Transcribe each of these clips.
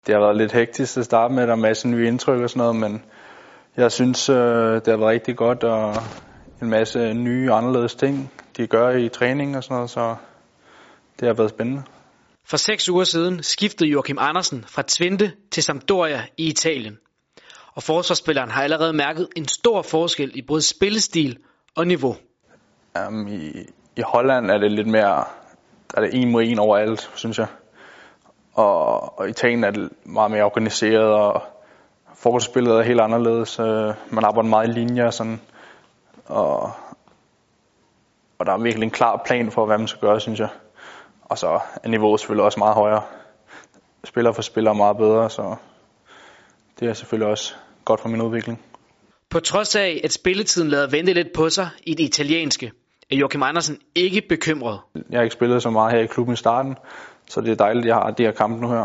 Det har været lidt hektisk at starte med, der er en masse nye indtryk og sådan noget, men jeg synes, det har været rigtig godt, og en masse nye, anderledes ting, de gør i træning og sådan noget, så det har været spændende. For 6 uger siden skiftede Joachim Andersen fra Twente til Sampdoria i Italien. Og forsvarsspilleren har allerede mærket en stor forskel i både spillestil og niveau. I Holland er det lidt mere, er det 1 mod 1 overalt, synes jeg. Og i Italien er det meget mere organiseret, og forsvarsspillet er helt anderledes. Man arbejder meget i linjer, sådan, og der er virkelig en klar plan for, hvad man skal gøre, synes jeg. Og så er niveauet selvfølgelig også meget højere. Spiller for spiller meget bedre, så det er selvfølgelig også godt for min udvikling. På trods af, at spilletiden lader vente lidt på sig i det italienske, er Joachim Andersen ikke bekymret. Jeg har ikke spillet så meget her i klubben i starten, så det er dejligt, at jeg har de her kampe nu her.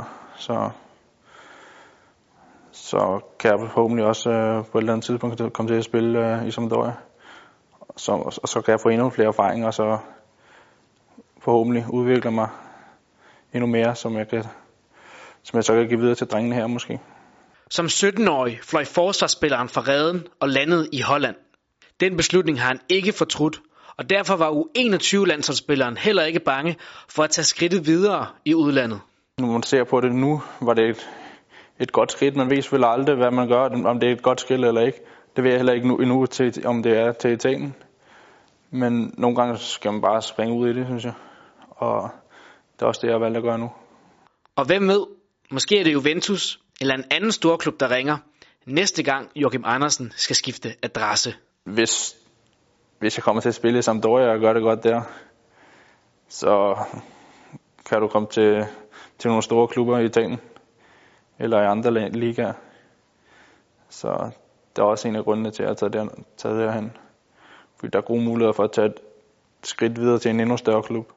Så kan jeg forhåbentlig også på et eller andet tidspunkt komme til at spille i Sampdoria. Og så kan jeg få endnu flere erfaringer, og så forhåbentlig udvikle mig endnu mere, som jeg så kan give videre til drengene her måske. Som 17-årig fløj forsvarsspilleren fra Reden og landede i Holland. Den beslutning har han ikke fortrudt, og derfor var U21-landsholdsspilleren heller ikke bange for at tage skridtet videre i udlandet. Når man ser på det nu, var det et godt skridt. Man ved selvfølgelig aldrig, hvad man gør, om det er et godt skridt eller ikke. Det ved jeg heller ikke endnu om det er til Italien. Men nogle gange skal man bare springe ud i det, synes jeg. Og det er også det, jeg har valgt at gøre nu. Og hvem ved, måske er det Juventus eller en anden storklub, der ringer næste gang Joachim Andersen skal skifte adresse. Hvis jeg kommer til at spille i Sampdoria og gør det godt der, så kan du komme til nogle store klubber i Italien eller i andre ligaer. Så det er også en af grundene til at tage derhen. Fordi der er gode muligheder for at tage et skridt videre til en endnu større klub.